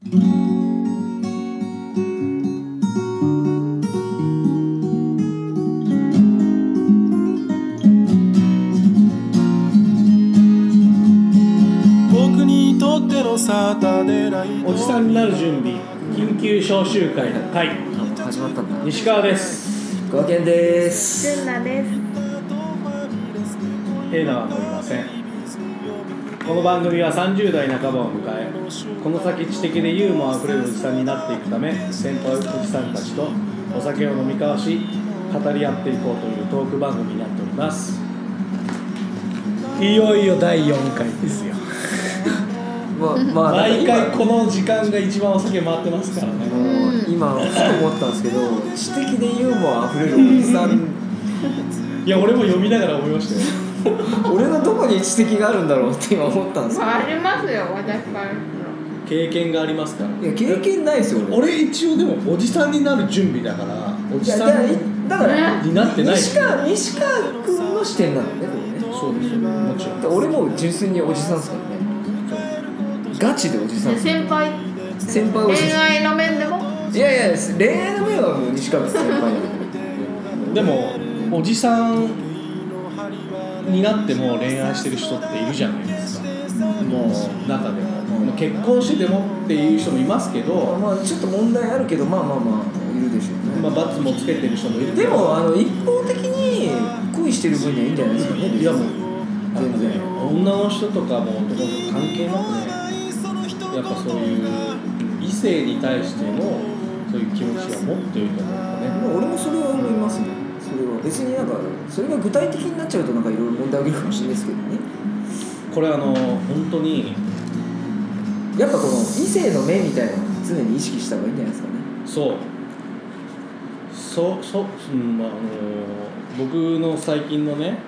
僕にとってのサタデーナイト、 おじさんになる準備緊急招集会の会、 始まったんだ。 西川です。 小健です。 純奈です。 エナはもいません。この番組は30代半ばを迎え、この先知的でユーモアあふれるおじさんになっていくため、先輩おじさんたちとお酒を飲み交わし語り合っていこうというトーク番組になっております。いよいよ第4回ですよ。毎回この時間が一番お酒回ってますからね。 今ふと思ったんですけど、知的でユーモアあふれるおじさんいや俺も読みながら思いましたよ。 俺のどこに知的があるんだろうって今思ったんですよ。 ありますよ、私から経験がありますから。 いや経験ないですよ俺一応でもおじさんになる準備だからおじさんだからになってない。 西川君の視点なのね、これね。 そうですよ、もちろん。 俺も純粋におじさんですからね。ガチでおじさん。 先輩おじさん。 恋愛の面でもいや恋愛の面はもう西川先輩だでもおじさんになっても恋愛してる人っているじゃないですか。もう中でも、結婚してでもっていう人もいますけど、 まあちょっと問題あるけど、まあいるでしょうね。 罰もつけてる人もいるけど、 でも一方的に恋してる分にはいいんじゃないですかね。 いやもう全然女の人とかも男の人関係なくね、やっぱそういう異性に対してのそういう気持ちを持っていると思うからね。 俺もそれは思いますね。それは別になんかそれが具体的になっちゃうとなんかいろいろ問題起きるかもしれないですけどね。 これ本当にやっぱこの異性の目みたいなのを常に意識した方がいいんじゃないですかね。 僕の最近のね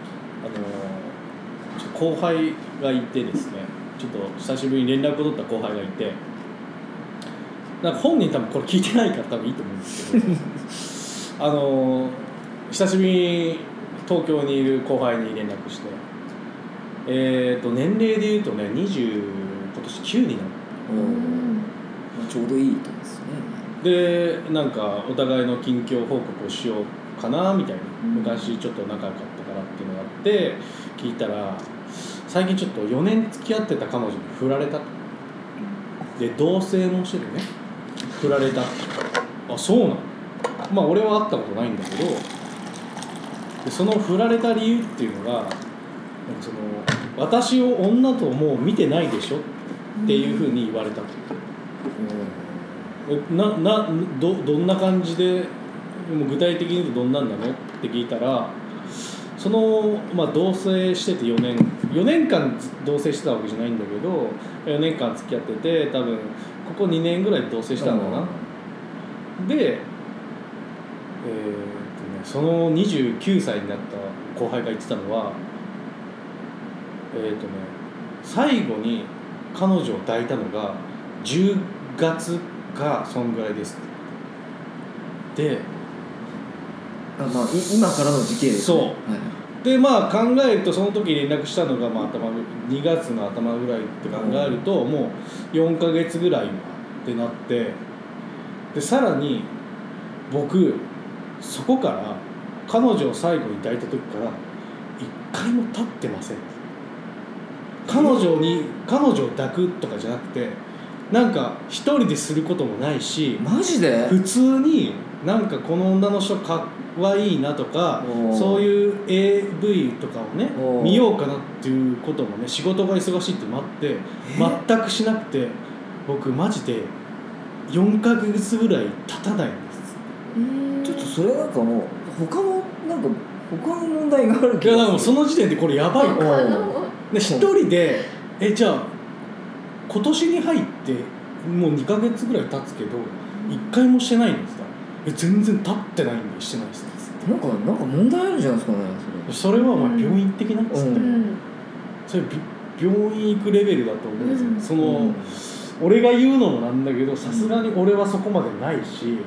後輩がいてですね、ちょっと久しぶりに連絡を取った後輩がいて、なんか本人多分これ聞いてないから多分いいと思うんですけど久しぶりに東京にいる後輩に連絡して、年齢で言うとね今年9になる。 ちょうどいいとですね。 でなんかお互いの近況報告をしようかなみたいな、昔ちょっと仲良かったからっていうのがあって聞いたら、最近ちょっと4年付き合ってた彼女に振られたと。で同棲もしててね、振られた。あ、そうなの。まあ俺は会ったことないんだけど、でその振られた理由っていうのが、その私を女ともう見てないでしょっていうふうに言われたと。どんな感じで、具体的に言うとどんなんなのって聞いたら、その、同棲してて4年間同棲してたわけじゃないんだけど、4年間付き合ってて、多分ここ2年ぐらい同棲したんだな。で、その29歳になった後輩が言ってたのは、最後に彼女を抱いたのが10月かそんぐらいですで、 今からの時系列、ね、 そう、 はい、 で考えるとその時連絡したのが2月の頭ぐらいって考えると、もう4ヶ月ぐらいってなって、でさらに僕そこから彼女を最後に抱いた時から1回も経ってません。彼女を抱くとかじゃなくて、なんか一人ですることもないし、 マジで普通になんかこの女の人かわいいなとか、そういう AV とかをね見ようかなっていうこともね、仕事が忙しいってもあって全くしなくて、僕マジで4ヶ月ぐらい経たないんです。 ちょっとそれなんかもう他の問題があるけど、 いやでもその時点でこれやばいで一人でじゃあ今年に入ってもう2ヶ月ぐらい経つけど1回もしてないんですか。全然経ってないんでしてないです。 なんか問題あるじゃないですかね。 それは病院的なっつって、それ病院行くレベルだと思うんですよ、俺が言うのもなんだけど、さすがに俺はそこまでないし、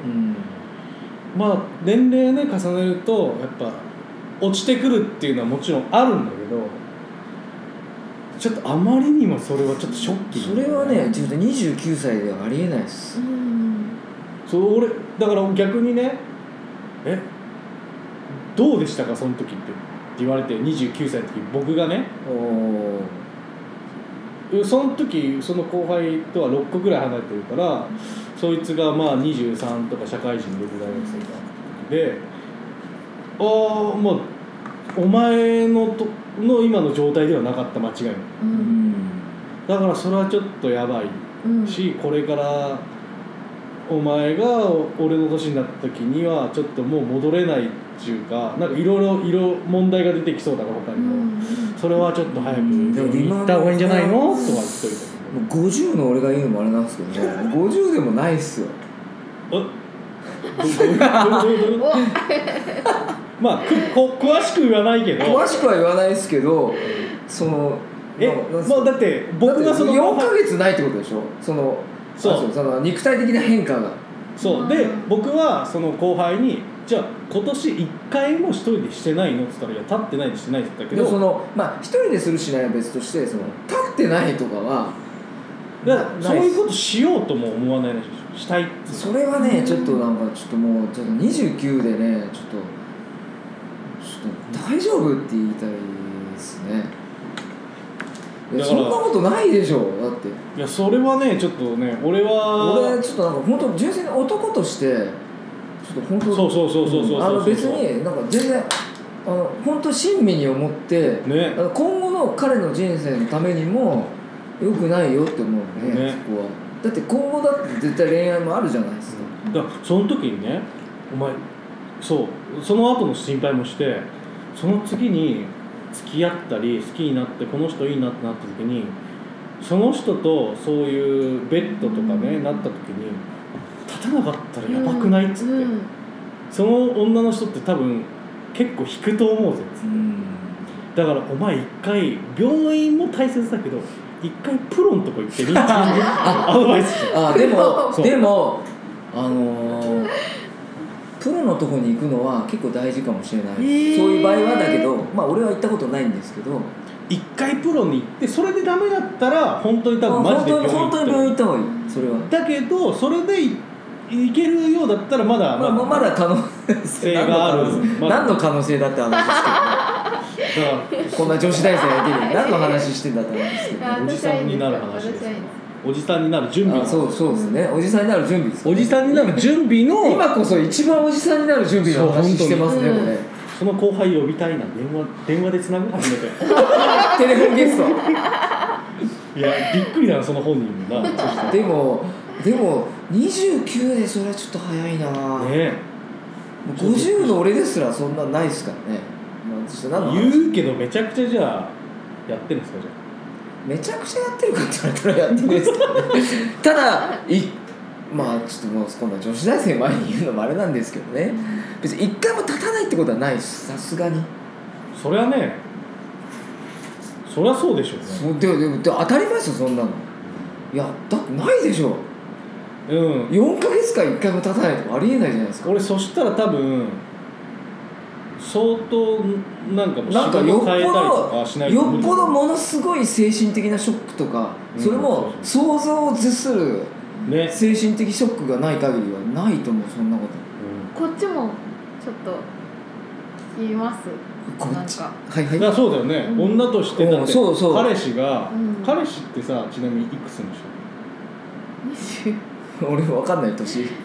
年齢ね重ねるとやっぱ落ちてくるっていうのはもちろんあるんだけど、 ちょっとあまりにもそれはちょっとショッキング。 それはねちょっと29歳ではありえないです。 そう俺だから逆にねどうでしたかその時って言われて29歳の時僕がねその時その後輩とは6個ぐらい離れてるからそいつがまあ23とか社会人で大学生かでもうお前の今の状態ではなかった間違いない、だからそれはちょっとやばいし、これからお前が俺の年になった時にはちょっともう戻れないっていうかなんかいろいろ問題が出てきそうだから他にも、それはちょっと早く行った方がいいんじゃないのとは言っといたけど 50の俺が言うのもあれなんですけどね50でもないっすよまあ詳しく言わないけど詳しくは言わないですけどそのまあだって僕がその 4ヶ月ないってことでしょその肉体的な変化がそうで僕はその後輩にじゃあ今年1回も一人でしてないのって言ったらいや立ってないでしてないって言ったけど一人でするしないは別として立ってないとかはそういうことしようとも思わないらしいでしょしたいってそれはねちょっとなんかちょっともうちょっと29でねちょっと大丈夫って言いたいですね。そんなことないでしょだって。 いやそれはねちょっとね俺ちょっとなんか本当純粋に男としてちょっと本当そう別になんか全然本当親身に思って、 ね、 今後の彼の人生のためにも良くないよって思うねそこは。だって今後だって絶対恋愛もあるじゃないですか。 だからその時にねお前その後の心配もしてその次に付き合ったり好きになってこの人いいなってなった時にその人とそういうベッドとかね、なった時に立たなかったらやばくないっつって、その女の人って多分結構引くと思うぜっつって、だからお前一回病院も大切だけど一回プロのとこ行ってみってアドバイスしてでもプロのとこに行くのは結構大事かもしれない、そういう場合はだけど俺は行ったことないんですけど一回プロに行ってそれでダメだったら本当に多分マジで病院本当に病院行った方がいいそれは。 だけどそれでいけるようだったらまだ可能性がある何の可能性だって話ですけどねこんな女子大生がいてる何の話してんだって話ですけどおじさんになる話です。おじさんになる準備そうですねおじさんになる準備です、 おじさんになる準備の今こそ一番おじさんになる準備の話してますねこれ。 その後輩呼びたいな電話でつなぐ初めてテレフォンゲストいやびっくりだなその本人もなでも29でそれはちょっと早いなね。50の俺ですらそんなないですからね、 言うけどめちゃくちゃじゃあやってるんですかじゃあめちゃくちゃやってるかって言われたらやってるんですけどねただちょっともう今度は女子大生前に言うのもあれなんですけどね別に一回も立たないってことはないですさすがに。 それはねそりゃそうでしょうね。 で当たり前ですよそんなの。いやだってないでしょ。4ヶ月間1回も立たないとかありえないじゃないですか。 俺そしたら多分相当なんかもう仕事変えたりとかしないとよっぽどものすごい精神的なショックとか、それも想像を絶する精神的ショックがない限りはないと思うそんなこと、 こっちもちょっと聞きます。 こっちなんかいやそうだよね、女としてだってそう彼氏が、彼氏ってさちなみにいくつの人？ 俺分かんない年。 29とか。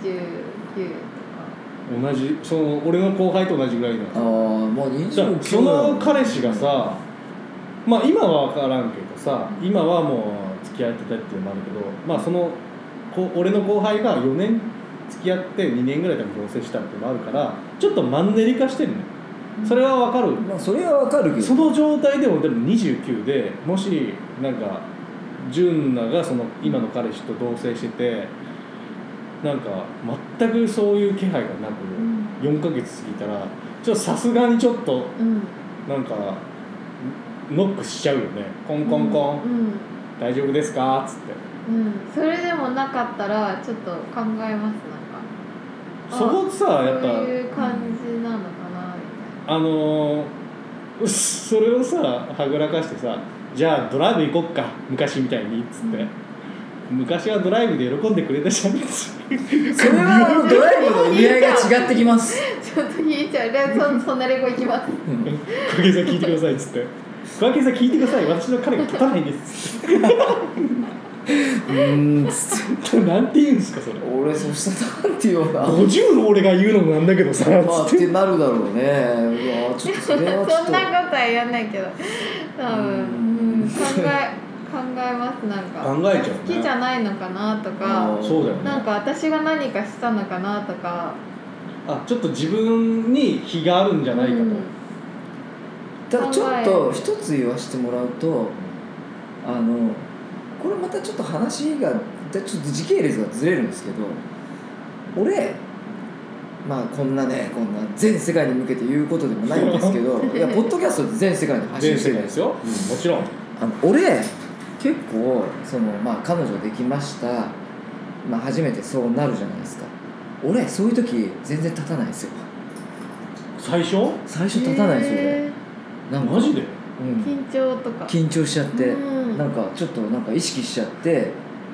同じその俺の後輩と同じぐらいなんですよ。 もう29 その彼氏がさ、まあ今は分からんけどさ、今はもう付き合ってたっていうのもあるけど、まあその俺の後輩が4年付き合って2年ぐらいでも同棲したっていうのもあるからちょっとマンネリ化してるね。それは分かる、 それは分かるけど、 その状態でも29でもしなんか純奈がその今の彼氏と同棲しててなんか全くそういう気配がなく、4ヶ月過ぎたらちょっとさすがにちょっとなんかノックしちゃうよね。コンコンコン、大丈夫ですかっつって、 それでもなかったらちょっと考えます。なんかそこさやっぱそういう感じなのかなみたいな。 それをさはぐらかしてさじゃあドライブ行こっか昔みたいにっつって、昔はドライブで喜んでくれたじゃん。それはドライブの意味合いが違ってきますちょっと引いちゃう。でそんなレゴ行きます。 小池さん聞いてくださいっつって、小池さん聞いてください、私の彼が立たないんですっつってつってなんて言うんですかそれ。 俺そしたらなんて言おうな、 50の俺が言うのもなんだけどさ、 まあってなるだろうね。いやちょっとそれはちょっとそんなことは言わないけど、多分考えます。なんか考えちゃうね。 好きじゃないのかなとか、 そうだよね。 なんか私が何かしたのかなとか、 ちょっと自分に非があるんじゃないかと、 ただちょっと一つ言わせてもらうと、これまたちょっと話がちょっと時系列がずれるんですけど、俺まあこんな全世界に向けて言うことでもないんですけどいやポッドキャストで全世界に発信してるんですよ、 もちろん。 俺結構彼女できました、初めてそうなるじゃないですか。俺そういう時全然立たないんですよ。 最初立たないですよ俺。なんかマジで、 緊張とか緊張しちゃって、なんかちょっと意識しちゃって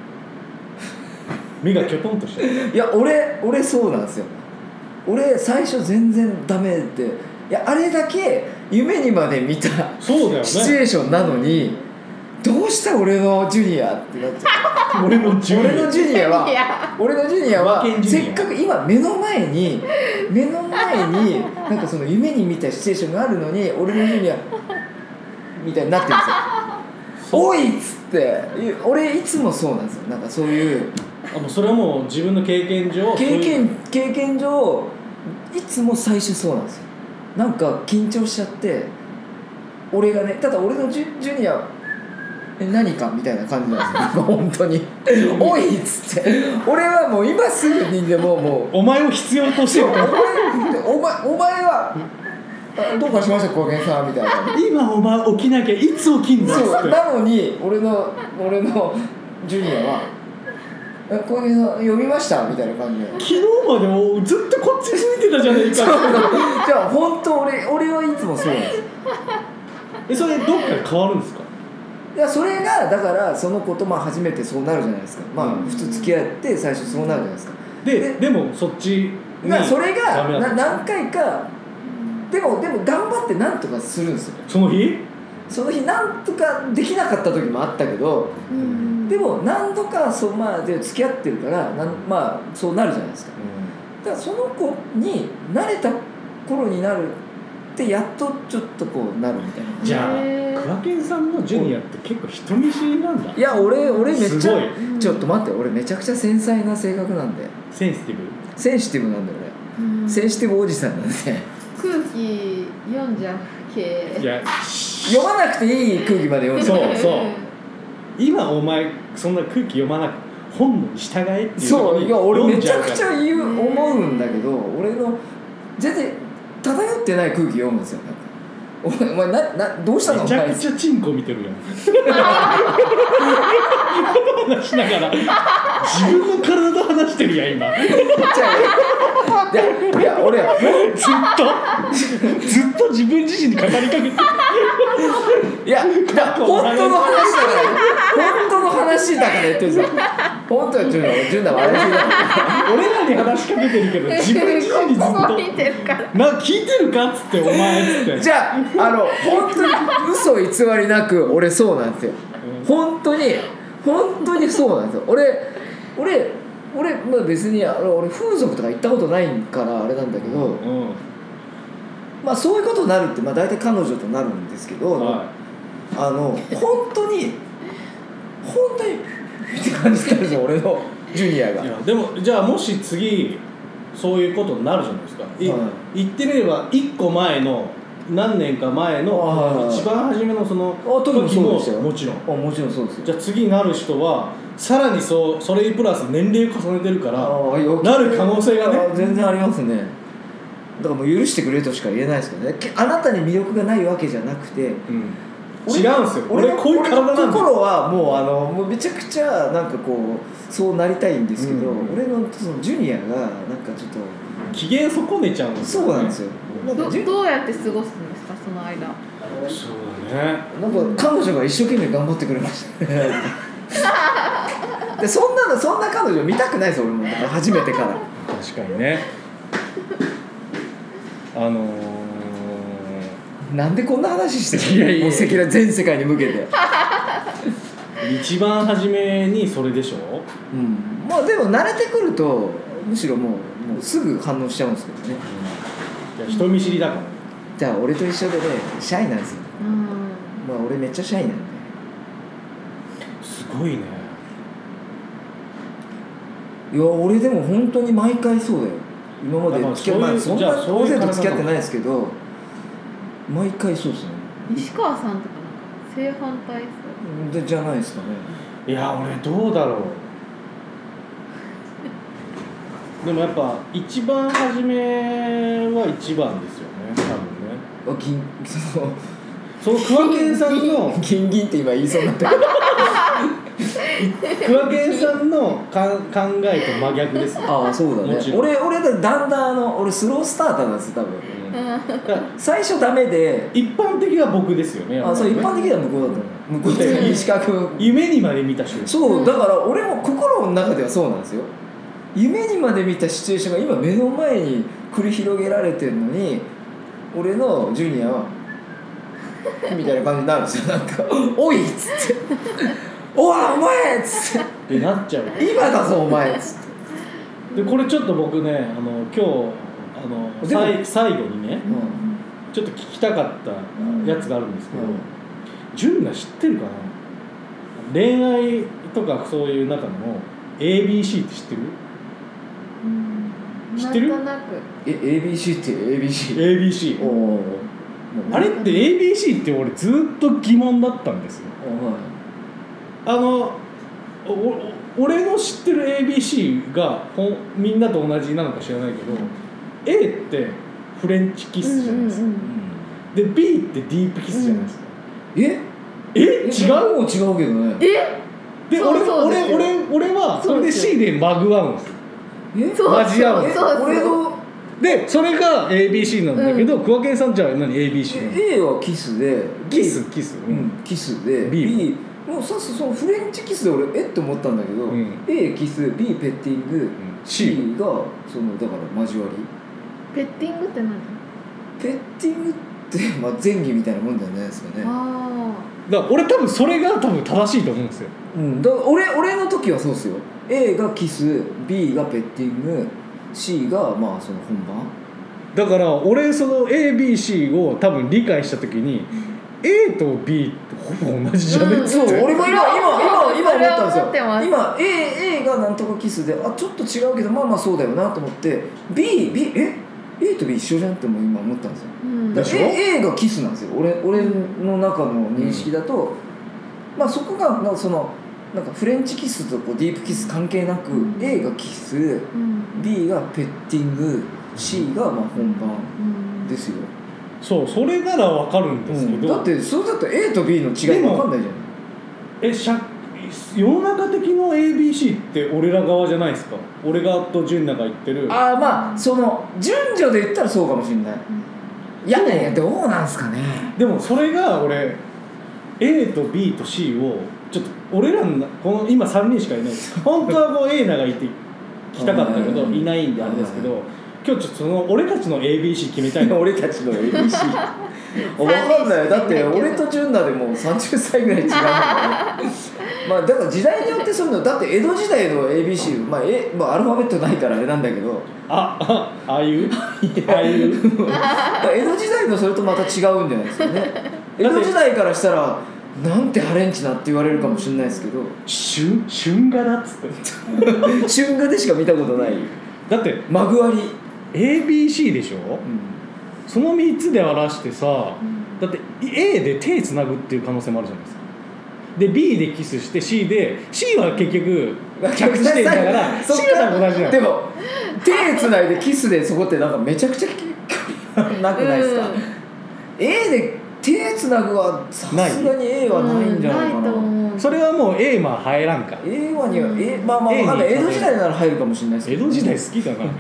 目がキョトンとしていや俺そうなんですよ。俺最初全然ダメで、いやあれだけ夢にまで見たそうだよねシチュエーションなのに、どうした俺のジュニアってなっちゃう俺のジュニアはせっかく今目の前になんかその夢に見たシチュエーションがあるのに、俺のジュニアみたいになってるんですよおいっつって。俺いつもそうなんですよ。なんかそういうもうそれはもう自分の経験上いつも最初そうなんですよ。なんか緊張しちゃって、俺がね、ただ俺のジュニア何かみたいな感じなんですよ本当においっつって、俺はもう今すぐにでもお前を必要としてるからお前はどうかしました小源さんみたいな今お前起きなきゃいつ起きんだっつって。 そうなのに俺のジュニアは小源さん読みましたみたいな感じで、 昨日までもずっとこっち向いてたじゃねえかじゃあ本当俺はいつもそうなんですよ。 それどっかで変わるんですか。 いやそれがだからその子と初めてそうなるじゃないですか。普通付き合って最初そうなるじゃないですか。 でもそっちにそれが何回かでも頑張ってなんとかするんですよ。 その日なんとかできなかった時もあったけど、でも何度かで付き合ってるからそうなるじゃないですか。だからその子に慣れた頃になるってやっとちょっとこうなるみたいな。 じゃあ桑健さんのジュニアって結構人見知りなんだ。 いや俺めっちゃすごいちょっと待って、俺めちゃくちゃ繊細な性格なんで。 センシティブなんだよ俺。センシティブおじさんなんで空気読んじゃう系。 いや読まなくていい空気まで読んでそう今お前そんな空気読まなくて本能に従えっていう。 そういや俺めちゃくちゃ思うんだけど、俺の全然漂ってない空気読むんですよ。お前どうしたの。 めちゃくちゃチンコ見てるやん話しながら自分の体と話してるやん今。 いや俺ずっと自分自身に語りかけてる。 いや本当の話だから言ってるんですよ。本当は純奈は怪しいだ俺らに話しかけてるけど自分自身にずっと聞いてるから聞いてるかっつってお前っつって。 じゃあ本当に嘘偽りなく俺そうなんですよ。本当にそうなんですよ。俺別に俺風俗とか行ったことないからあれなんだけど、そういうことになるって大体彼女となるんですけど、本当にって感じたんですよ俺のジュニアが。 いやでもじゃあもし次そういうことになるじゃないですか。言ってみれば1個前の何年か前の一番初めのその時ももちろんもちろんそうですよ。 じゃあ次になる人はさらにそれプラス年齢を重ねてるからなる可能性がね全然ありますね。だからもう許してくれとしか言えないですけどね。あなたに魅力がないわけじゃなくて、 違うんですよ。俺こういう体なんですよ。 心はもうめちゃくちゃなんかこうそうなりたいんですけど、俺のそのジュニアがなんかちょっと機嫌損ねちゃうんですよ、ね。 そうなんですよ。 どうやって過ごすんですかその間。 そうだなんか彼女が一生懸命頑張ってくれましたねでそんな彼女見たくないです俺もだから初めてから確かにねなんでこんな話してるの？ いやいやもう全世界に向けて一番初めにそれでしょ。 まあでも慣れてくるとむしろもうすぐ反応しちゃうんですけどね、 いや人見知りだから。 じゃあ俺と一緒でねシャイなんですよ、まあ俺めっちゃシャイなんで。 すごいね。 いや俺でも本当に毎回そうだよ。今まで付き合ってそんな大勢と付き合ってないですけど毎回そうですね。 西川さんとかなんか正反対そうじゃないですかね。 いや俺どうだろうでもやっぱ一番初めは一番ですよね多分ね。その桑健さんのギンギンって今言いそうになったけど桑健さんの考えと真逆ですよ。 ああそうだね。 もちろん俺だんだん俺スロースターターなんですよ多分、最初ダメで一般的は僕ですよね。 あそう一般的には向こうだと思う。向こうって石川君夢にまで見た瞬間。 そうだから俺も心の中ではそうなんですよ。夢にまで見たシチュエーションが今目の前に繰り広げられてるのに俺のジュニアはみたいな感じになるんですよ。なんかおいっつっておいお前っつってなっちゃう。 今だぞお前っつって。 でこれちょっと僕ね今日最後にね、ちょっと聞きたかったやつがあるんですけど、純奈知ってるかな。恋愛とかそういう中の ABC って知ってる？知ってる？ なんとなく ABC って ABC おあれって ABC って俺ずっと疑問だったんですよ。俺の知ってる ABC がみんなと同じなのか知らないけど、A ってフレンチキスじゃないですか、で B ってディープキスじゃないですか、違う？ もう違うけどね。 で俺はそれで C でまぐわうんですよ。交わうんですよ。 俺のでそれが ABC なんだけど、桑健さんじゃあ何 ABC なの？ A はキスでキス、 キスで B もうそのフレンチキスで俺って思ったんだけど、A キス B ペッティング、C がそのだから交わり。 ペッティングって何？ ペッティングってまあ前戯みたいなもんじゃないですかね。 だから俺多分それが多分正しいと思うんですよ。 だから俺の時はそうですよ。 A がキス B がペッティング C がまあその本番だから俺その ABC を多分理解した時に A と B ってほぼ同じじゃねって、 そう俺も今思ったんですよ。 今今 A がなんとかキスでちょっと違うけどまあそうだよなと思って A と B 一緒じゃんっても今思ったんですよ、だから A がキスなんですよ。俺の中の認識だと、まあそこがそのなんかフレンチキスとこうディープキス関係なく、A がキス、B がペッティング C がまあ本番ですよ、 そうそれなら分かるんですけど、 だってそれだったら A と B の違い分かんないじゃん。 世の中的の ABC って俺ら側じゃないですか。俺がと純奈が言ってるまあその順序で言ったらそうかもしれない、いやどうなんすかね。 でもそれが俺 A と B と C をちょっと俺らのこの今3人しかいない本当はこう A 奈がいて聞きたかったけどいないんであれですけど、今日ちょっとその俺たちの ABC 決めたい俺たちの ABC 分かんない。だって俺と純奈でもう30歳ぐらい違うからねまあだから時代によってそういうのだって江戸時代の ABC、まあアルファベットないからあれなんだけどああいう江戸時代のそれとまた違うんじゃないですかね。江戸時代からしたらなんてハレンチなって言われるかもしれないですけど春画だっつって春画でしか見たことない。 だってまぐわり ABC でしょ、その3つで表してさ、だって A で手つなぐっていう可能性もあるじゃないですか。で B でキスして C は結局着地点だから C は同じなの。 でも手つないでキスでそこってなんかめちゃくちゃなくないですか、A で手つなぐはさすがに A はないんじゃないかな。 ないと思うんそれはもう A は入らんか。 映画にはまあまあわかんない。江戸時代なら入るかもしれないですけど、 江戸時代好きだな。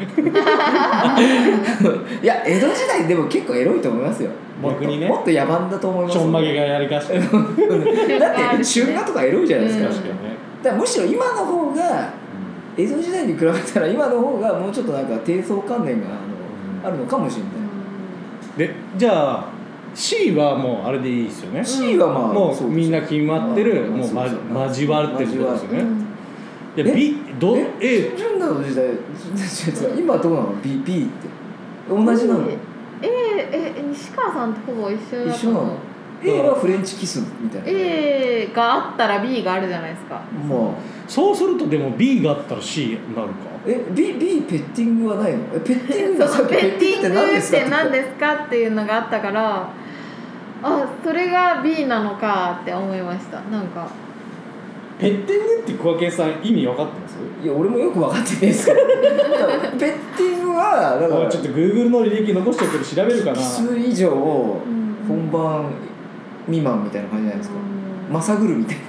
いや江戸時代でも結構エロいと思いますよ。 逆にねもっと野蛮だと思いますよ。 ちょんまげがやりかして。 だって春画とかエロいじゃないですか。 確かにね。 だからむしろ今の方が江戸時代に比べたら今の方がもうちょっとなんか低層観念があるのかもしれない。 でじゃあ C はもうあれでいいですよね。 C はまあもうみんな決まってる、もうそうそう交わってるってことですよね。で B A 純奈の時代今どうなの B って同じなの？ 西川さんとほぼ一緒だと一緒なの？ A はフレンチキスみたいな。 A があったら B があるじゃないですか。 まあそうするとでも B があったら C になるか。 B ペッティングはないの？ペッティングがさっきペッティングって何かですかっていうのがあったから、あ、それが B なのかって思いました。なんかペッティングって小分さん意味分かってます？ いや俺もよく分かってないですけどペッティングはだからちょっと Google の履歴残しておける調べるかな。 奇数以上本番未満みたいな感じじゃないですか。まさぐるみたいな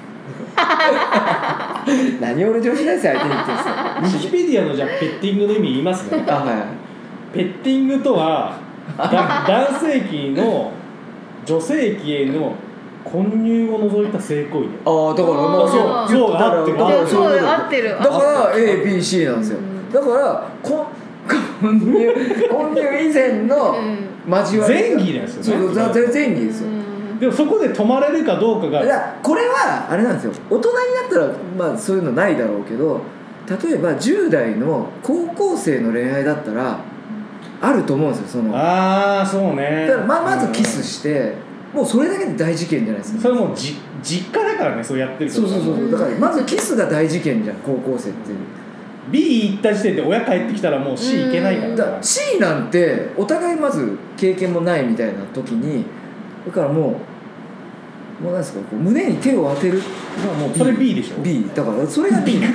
何俺女子大生相手に言ってるんですか。 ウィキペディアのじゃあペッティングの意味言いますね。 あ、はい。 ペッティングとは男性器の女性器への混入を除いた性行為で。 ああ、だからまあそう合ってる。 そう合ってる。 だから A、B、C なんですよ。だから混入以前の交わり前儀ですよね。 そう前儀ですよ。 でもそこで止まれるかどうかが。 いやこれはあれなんですよ。大人になったらまあそういうのないだろうけど、例えば10代の高校生の恋愛だったらあると思うんですよ。 ああそうね。 だからまずキスして、もうそれだけで大事件じゃないですか。 それもう実家だからね、そうやってる。 そうだからまずキスが大事件じゃん高校生って。 B 行った時点で親帰ってきたらもう C 行けないから。 だから C なんてお互いまず経験もないみたいな時に、だからもうなんですか、こう胸に手を当てるのはもう B。 それ B でしょ。 B だからそれが B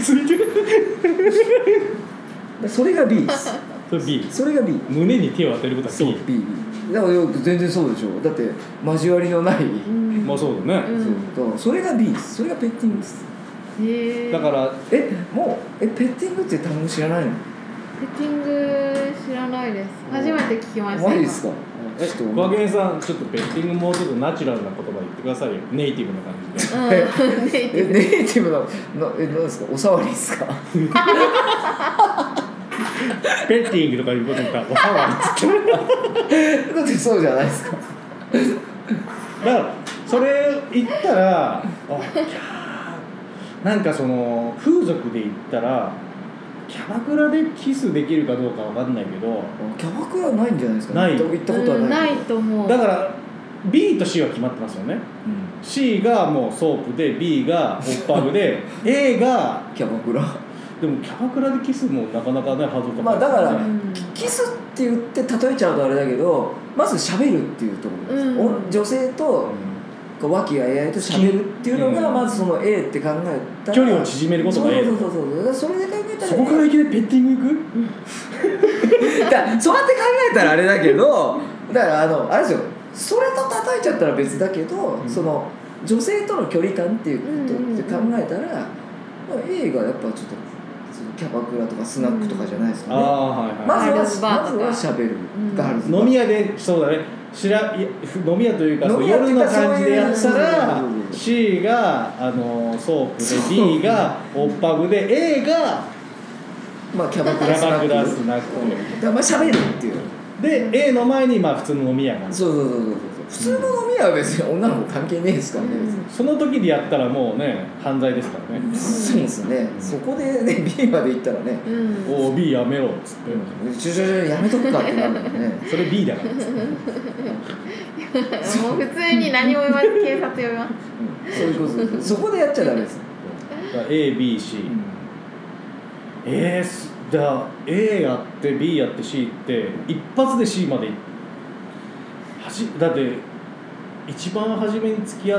それが B です。 それ B。 それが B。 胸に手を当てることは B。 そう B。だから全然そうでしょ。だって交わりのない、 まあそうだね。 そうだからそれが B です。それがペッティングです。 だからもうペッティングって単語知らないの？ ペッティング知らないです。初めて聞きました。 マジですか？ 小源さんちょっとペッティングもうちょっとナチュラルな言葉言ってくださいよ。ネイティブな感じで。 ネイティブな何ですか？おさわりですか？ ペッティングとかいうこと言ったらおさわりってだってそうじゃないですか。 だからそれ言ったらなんかその風俗で言ったらキャバクラでキスできるかどうかわかんないけど、 キャバクラないんじゃないですか。 ない。 行ったことはない。 ないと思う。 だから B と C は決まってますよね。C がもうソープで B がオッパブでA がキャバクラ。 でもキャバクラでキスもなかなかねハードル高い。 まあだからキスって言って例えちゃうとあれだけど、まず喋るっていうところです。女性と和気あいあいと喋るっていうのがまずその A って考えたら距離を縮めることが A。 そうそれで考えたらそこからいきなりペッティング行く？ そうやって考えたらあれだけど、だからあれですよ。それと例えちゃったら別だけど、その女性との距離感っていうことって考えたら、A がやっぱちょっとキャバクラとかスナックとかじゃないですかね。まずは喋る。 飲み屋でそうだね。飲み屋というか夜の感じでやったら C がソープで B がオッパブで A がまあキャバクラスナックだからまあ喋るっていうで A の前にまあ普通の飲み屋がそう普通の飲み屋は別に女の子関係ねえですからね。 その時でやったらもうね犯罪ですからね。 そうですね。そこでね B まで行ったらね、 おお B やめろっつってやめとくかってなるんだよね。 それ B だからっつってもう普通に何も言わず警察呼びます。 そういうことです。そこでやっちゃダメです。 A、B、C。じゃあ A やって B やって C って一発で C までだって一番初めに付き合って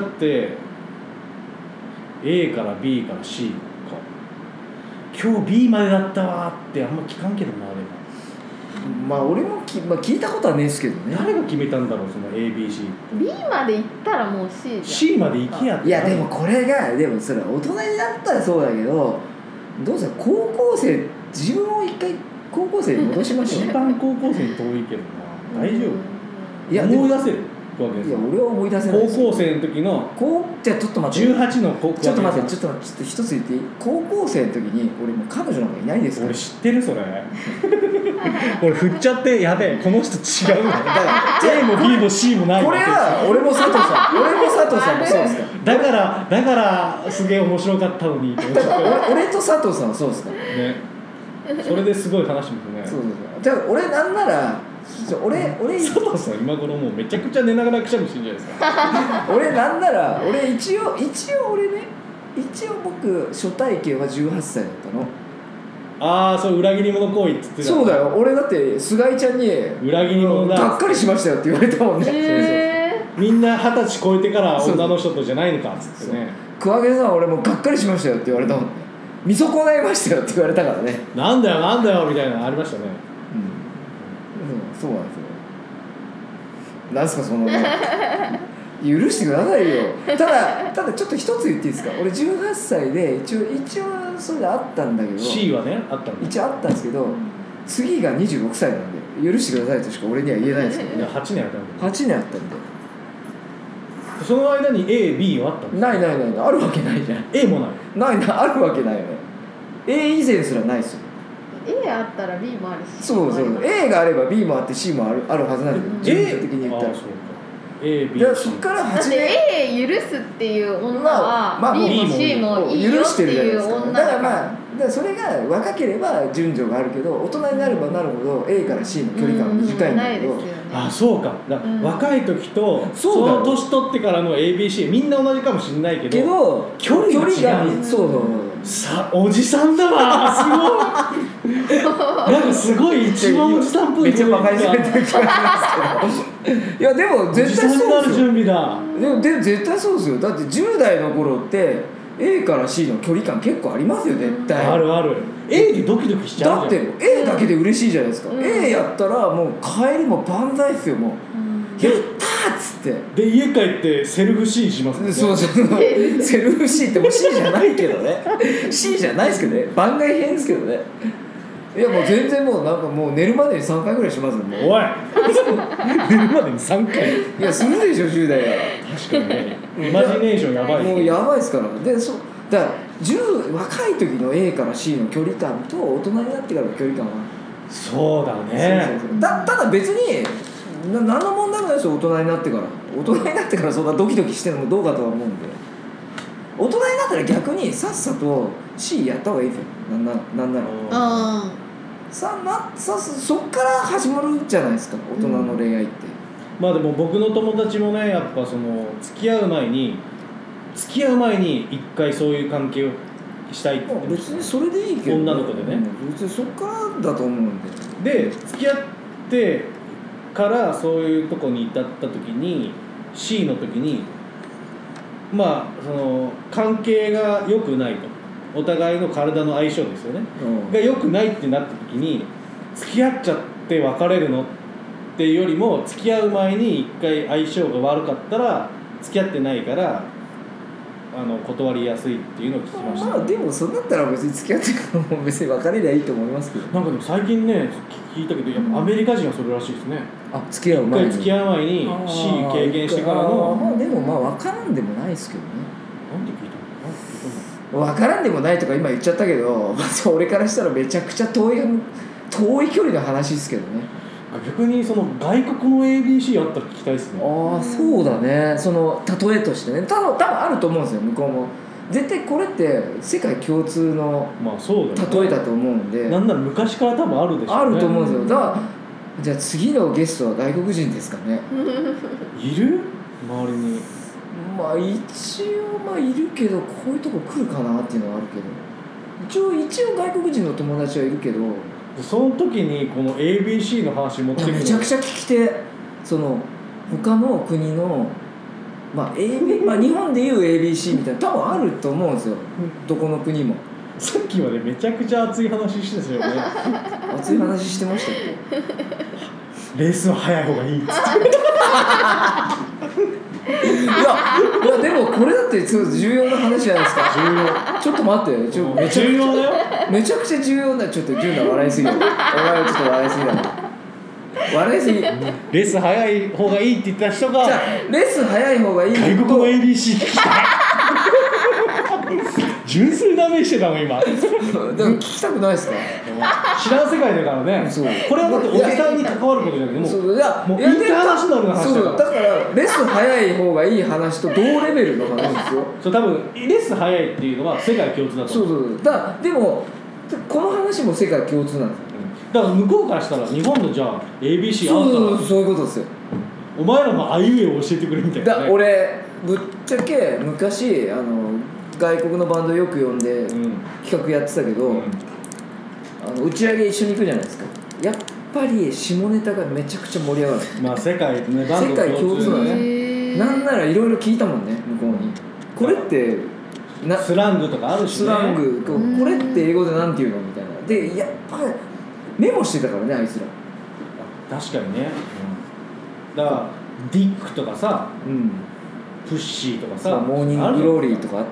A から B から C か今日 B までだったわってあんま聞かんけどな。でもまあ俺も聞いたことはねえですけどね。 誰が決めたんだろうその ABC。 B まで行ったらもう C じゃん。 C まで行きやって。 いやでもこれがでもそれ大人になったらそうだけど、どうせ高校生自分を一回高校生に戻しましょう。 一番高校生に遠いけどな。大丈夫？ いや思い出せるわけですいやよ。 俺は思い出せない高ですよ。 校生の時のじゃあちょっと待って 18の高校ちょっと待って一つ言っていい？高校生の時に俺もう彼女なんかいないですから。 俺知ってるそれ俺振っちゃってやべえこの人違うのだから A も B も C もないこれは俺も佐藤さんもそうですか。 だからすげえ面白かったのにって思っちゃった俺と佐藤さんはそうですか。 ね、それですごい話しますね。 そうじゃあ俺なんなら俺佐藤さん今頃もうめちゃくちゃ寝ながらくしゃみしてるじゃないですか俺なんなら俺一応俺ね僕初体験は18歳だったの。 ああそう裏切り者行為っつってた。 そうだよ。俺だって菅井ちゃんに裏切り者だがっかりしましたよって言われたもんね。 みんな20歳超えてから女の人とじゃないのかっつってね。 桑毛さん俺もがっかりしましたよって言われたもんね。見損ないましたよって言われたからね。 なんだよみたいなのありましたね。 そうなんですよ。なんすかその許してくださいよ。ただちょっと一つ言っていいですか。俺18歳で一応それであったんだけど C はねあったんだ。 一応あったんですけど次が26歳なんで許してくださいとしか俺には言えないですけどいやね。 8年あったんだ。 8年あったんで。 その間に A、B はあったんですか？ ないあるわけないじゃん。 A もない。 あるわけないよね。 A 以前すらないですよ。 A あったら B もあるし。 そう A があれば B もあって C もあるはずなんだけど、順序的に言ったら。 そうか A、B、 でそっから8 だって年 A 許すっていう女は B も C もいいよって許してるじゃないいうですか。 女だからそれが若ければ順序があるけど、大人になればなるほど A から C の距離感が短いんだけど、 あそうか若い時とその年取ってからの ABC みんな同じかもしれないけど距離が違う。 そうおじさんだわすごいなんかすごい一番おじさんっぽい。 めっちゃバカにされてる気がしますけどいやでも絶対そうですよ。でも絶対そうですよ。だって10代の頃って A から C の距離感結構ありますよ絶対。 ある A でドキドキしちゃうじゃん。 だって A だけで嬉しいじゃないですか。A やったらもう帰りも万歳っすよ。もうやったーっつってで家帰ってセルフ C しますね。 そうセルフ C ってもう C じゃないけどねC じゃないですけどね、番外編ですけどね。いやもう全然もうなんかもう寝るまでに3回ぐらいしますもん。 おい寝るまでに3回いやするでしょ10代から。 確かにねイマジネーションやばい。 もうやばいですから。でだから若い時の A から C の距離感と大人になってからの距離感はそうだね。 ただ別に何の問題もないですよ。大人になってからそんなドキドキしてるのもどうかとは思うんで、大人になったら逆にさっさと C やった方がいいですよ。なんならそっから始まるじゃないですか大人の恋愛って。 まあでも僕の友達もねやっぱその付き合う前に一回そういう関係をしたいって言ってました。 別にそれでいいけど女の子でね、 別にそっからだと思うんで。 で付き合ってからそういうとこに至った時に C の時にまあその関係が良くないと、お互いの体の相性ですよね、が良くないってなった時に付き合っちゃって別れるのっていうよりも付き合う前に一回相性が悪かったら付き合ってないから断りやすいっていうのを聞きました。 まあでもそれだったら別に付き合ってからも別に別れりゃいいと思いますけど。 なんかでも最近ね聞いたけどやっぱアメリカ人はそれらしいですね。 付き合う前に一回付き合う前に C 経験してからのまあでも分からんでもないですけどね。 なんで聞いたの？ 分からんでもないとか今言っちゃったけど、俺からしたらめちゃくちゃ遠い距離の話ですけどね。 逆にその外国の ABC あったら聞きたいですね。 ああそうだね。その例えとしてね多分あると思うんですよ向こうも。絶対これって世界共通の例えだと思うんで、 なんなら昔から多分あるでしょうね。 あると思うんですよ。だからじゃあ次のゲストは外国人ですかね。 いる？周りに。 まあ一応いるけどこういうとこ来るかなっていうのはあるけど、一応外国人の友達はいるけど、 その時にこの ABC の話持ってくる。 めちゃくちゃ聞き手。その他の国の日本でいう ABC みたいな多分あると思うんですよ。どこの国も。 さっきまでめちゃくちゃ熱い話してたよね。 熱い話してましたっレースは早い方がいいっつってけ？いやでもこれだって重要な話じゃないですか。ちょっと待って、 重要だよ。 めちゃくちゃ重要な。ちょっと純奈笑いすぎだ。お前はちょっと笑いすぎだな。笑いすぎ。 レース早い方がいいって言った人がじゃあレース早い方がいい。 外国の ABC 聞きたい。純粋な目してたもん今。 でも聞きたくないですか？ 知らん世界だからね。 そうこれはだっておじさんに関わることじゃなくて、 そういやもうインターナショナルな話だから。 だからレース早い方がいい話と同レベルの話ですよ。 そう多分レース早いっていうのは世界共通だと思う。 そうでもこの話も世界共通なんですよ。 だから向こうからしたら日本のじゃあ ABC あったらそういうことですよ。 お前らもあいうえを教えてくれみたいな、ね。 俺ぶっちゃけ昔外国のバンドよく呼んで企画やってたけど、打ち上げ一緒に行くじゃないですか。やっぱり下ネタがめちゃくちゃ盛り上がる。 まあ世界ね、バンド世界共通だね。なんならいろいろ聞いたもんね、向こうに。これってスラングとかあるしね。 スラング、これって英語でなんて言うのみたいな。でやっぱりメモしてたからね、あいつら。 確かにね。だからディックとかさ、プッシーとかさ、 モーニンググローリーとかあって、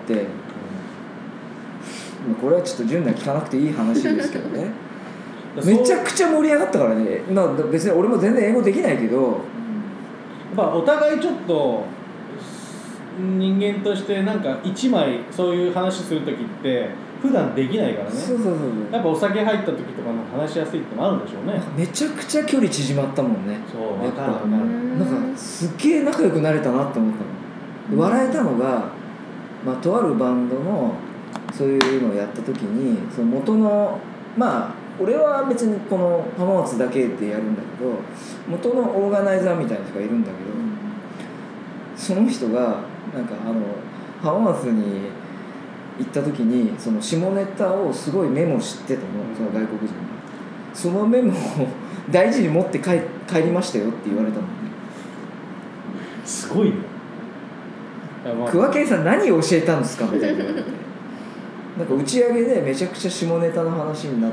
これはちょっと純奈聞かなくていい話ですけどね。めちゃくちゃ盛り上がったからね。別に俺も全然英語できないけど、 やっぱお互いちょっと人間としてなんか一枚そういう話するときって普段できないからね。 そうやっぱお酒入った時とかの話しやすいってのあるんでしょうね。 めちゃくちゃ距離縮まったもんね。 そう、 やっぱ分かる。 なんかすっげえ仲良くなれたなって思ったの。笑えたのが、とあるバンドのそういうのをやった時に、その元の俺は別にこの浜松だけでやるんだけど、元のオーガナイザーみたいな人がいるんだけど、その人がなんか浜松に行った時にその下ネタをすごいメモしてたの、その外国人が。そのメモを大事に持って帰りましたよって言われたのね。 すごいね。 桑健さん何を教えたんですかみたいな言われて、なんか打ち上げでめちゃくちゃ下ネタの話になって、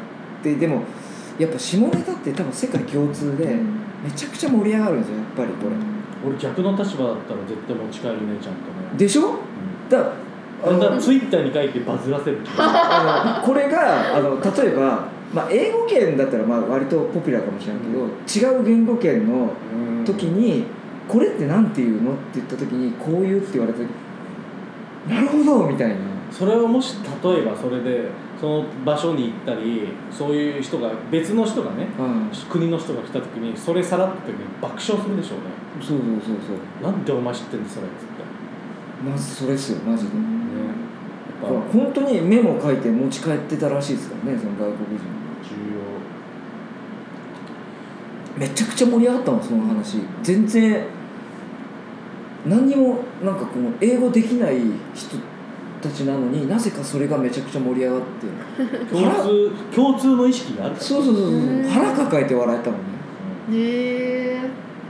でもやっぱ下ネタって多分世界共通でめちゃくちゃ盛り上がるんですよ、やっぱりこれ。 俺逆の立場だったら絶対持ち帰るね、ちゃんとね。 でしょ？だからツイッターに書いてバズらせる。 これが例えば、英語圏だったら割とポピュラーかもしれないけど、違う言語圏の時にこれってなんていうのって言った時にこういうって言われた時、なるほどみたいな。 それをもし例えばそれでその場所に行ったり、そういう人が別の人がね、国の人が来た時にそれさらった時に爆笑するでしょうね。 そうなんでお前知ってんのそれっつって。 まずそれっすよ、マジで。 やっぱ本当にメモ書いて持ち帰ってたらしいですからね、その外国人。 重要。 めちゃくちゃ盛り上がったの、その話。全然何にもなんかこの英語できない人たちなのに、なぜかそれがめちゃくちゃ盛り上がって共通の意識があるから。 そう腹抱えて笑えたもんね。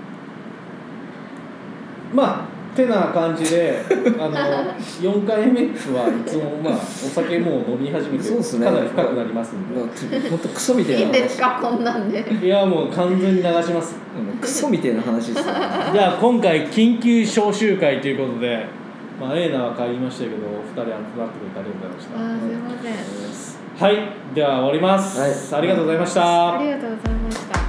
てな感じで4回目はいつもお酒もう飲み始めてかなり深くなりますんで、 ほんとクソみたいな話。 いいんですかこんなんで。 いやもう完全に流します。 クソみたいな話ですよね。 じゃあ今回緊急招集会ということで、エーナは帰りましたけど、お二人集まってくれてありがとうございました。 すいません。 はい、では終わります。 はい、 ありがとうございました。 ありがとうございました。